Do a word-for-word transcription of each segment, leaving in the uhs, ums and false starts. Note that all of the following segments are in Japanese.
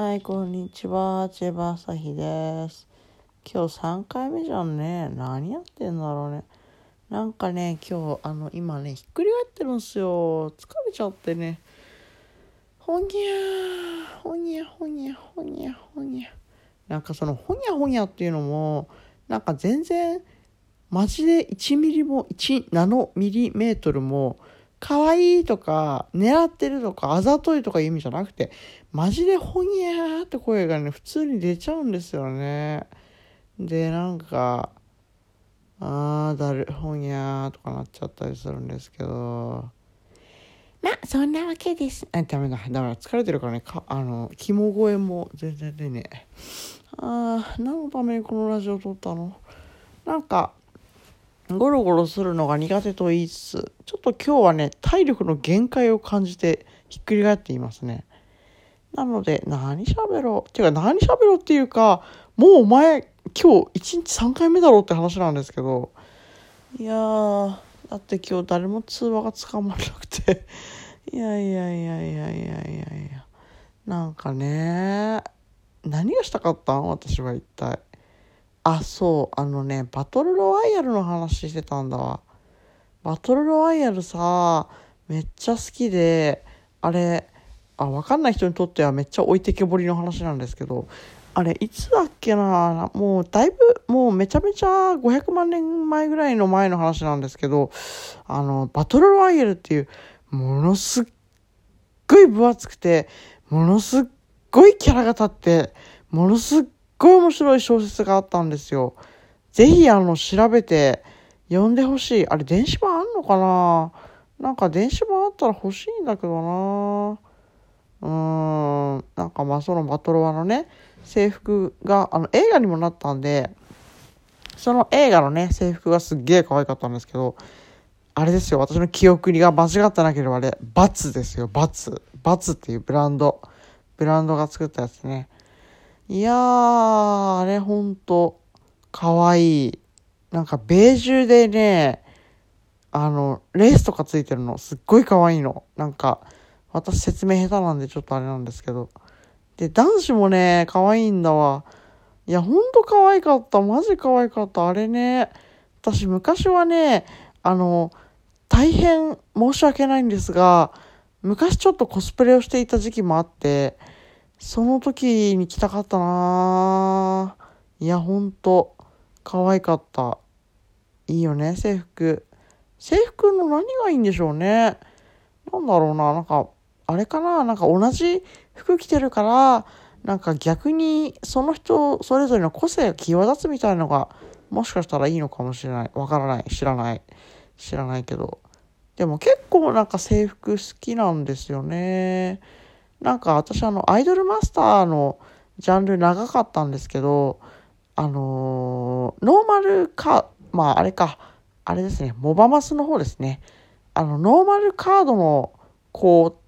はい、こんにちは。千葉朝日です。今日さんかいめじゃんね。何やってんだろうね。なんかね、今日、あの、今ね、ひっくり返ってるんすよ。疲れちゃってね。ほにゃー、ほにゃほにゃほにゃほにゃ。なんかその、ほにゃほにゃっていうのも、なんか全然、マジでいちミリも、いちナノミリメートルも、可愛いとか、狙ってるとか、あざといとかいう意味じゃなくて、マジでほにゃーって声がね、普通に出ちゃうんですよね。で、なんか、あーだる、ほにゃーとかなっちゃったりするんですけど、まあ、そんなわけです。あ、ダメだ。だから疲れてるからね、かあの、肝声も全然出ねえ。あー、何のためにこのラジオを撮ったの？なんか、ゴロゴロするのが苦手と言いつつ、ちょっと今日はね、体力の限界を感じてひっくり返っていますね。なので、何喋ろう。っていうか、何喋ろうっていうか、もうお前、今日いちにちさんかいめだろうって話なんですけど、いやー、だって今日誰も通話がつかまらなくて、いやいやいやいやいやいやいや、なんかね、何がしたかったん？私は一体。あ、そう、あのね、バトルロワイヤルの話してたんだわ。バトルロワイヤルさ、めっちゃ好きで、あれ、あ、わかんない人にとってはめっちゃ置いてけぼりの話なんですけど、あれ、いつだっけな、もうだいぶ、もうめちゃめちゃごひゃくまんねんまえぐらいの前の話なんですけど、あの、バトルロワイヤルっていう、ものすっごい分厚くて、ものすっごいキャラが立って、ものすっごい面白い小説があったんですよ。ぜひ、あの、調べて読んでほしい。あれ、電子版あんのかな？なんか電子版あったら欲しいんだけどな。うーん。なんかまあ、そのバトロワのね、制服が、あの、映画にもなったんで、その映画のね、制服がすっげえ可愛かったんですけど、あれですよ、私の記憶が間違ってなければあれ、バツですよ、バツ。バツっていうブランド。ブランドが作ったやつね。いやー、あれほんと、かわいい。なんかベージュでね、あの、レースとかついてるの、すっごいかわいいの。なんか、私説明下手なんでちょっとあれなんですけど。で、男子もね、かわいいんだわ。いや、ほんとかわいかった。マジかわいかった。あれね、私昔はね、あの、大変申し訳ないんですが、昔ちょっとコスプレをしていた時期もあって、その時に着たかったなぁ。いや、ほんと、可愛かった。いいよね、制服。制服の何がいいんでしょうね。なんだろうな、なんか、あれかな、なんか同じ服着てるから、なんか逆にその人それぞれの個性が際立つみたいなのが、もしかしたらいいのかもしれない。わからない。知らない。知らないけど。でも結構なんか制服好きなんですよね。なんか私あのアイドルマスターのジャンル長かったんですけど、あのー、ノーマルか、まああれか、あれですね、モバマスの方ですね。あの、ノーマルカードの子って、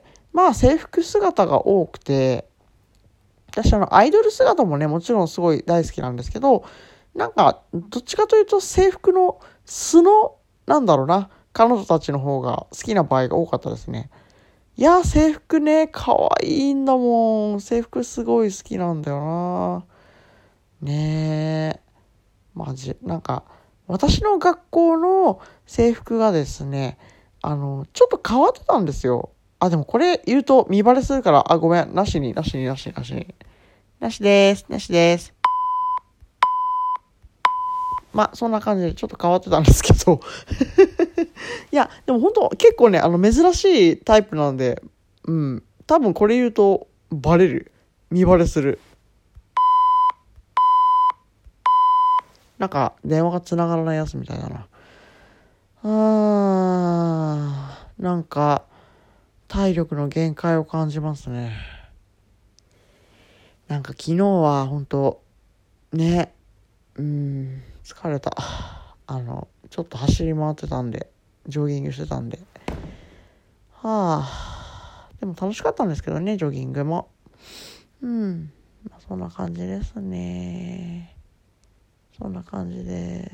まあ制服姿が多くて、私あのアイドル姿もね、もちろんすごい大好きなんですけど、なんか、どっちかというと制服の素の、なんだろうな、彼女たちの方が好きな場合が多かったですね。いや、制服ね、可愛いんだもん。制服すごい好きなんだよな。ねえ。マジ。なんか、私の学校の制服がですね、あの、ちょっと変わってたんですよ。あ、でもこれ言うと見バレするから、あ、ごめん。なしに、なしに、なしに、なしに。なしです。なしです。まあ、そんな感じでちょっと変わってたんですけど。いや、でも本当結構ね、あの、珍しいタイプなんで、うん。多分これ言うと、バレる。見バレする。なんか、電話が繋がらないやつみたいだな。あー、なんか、体力の限界を感じますね。なんか昨日は本当ね、うーん、疲れた。あの、ちょっと走り回ってたんで、ジョギングしてたんで。はあ、でも楽しかったんですけどね、ジョギングも。うん、まあ、そんな感じですね。そんな感じです。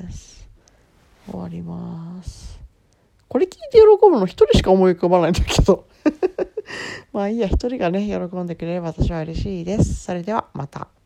終わります。これ聞いて喜ぶの一人しか思い浮かばないんだけど。 まあいいや、一人がね、喜んでくれれば私は嬉しいです。それではまた。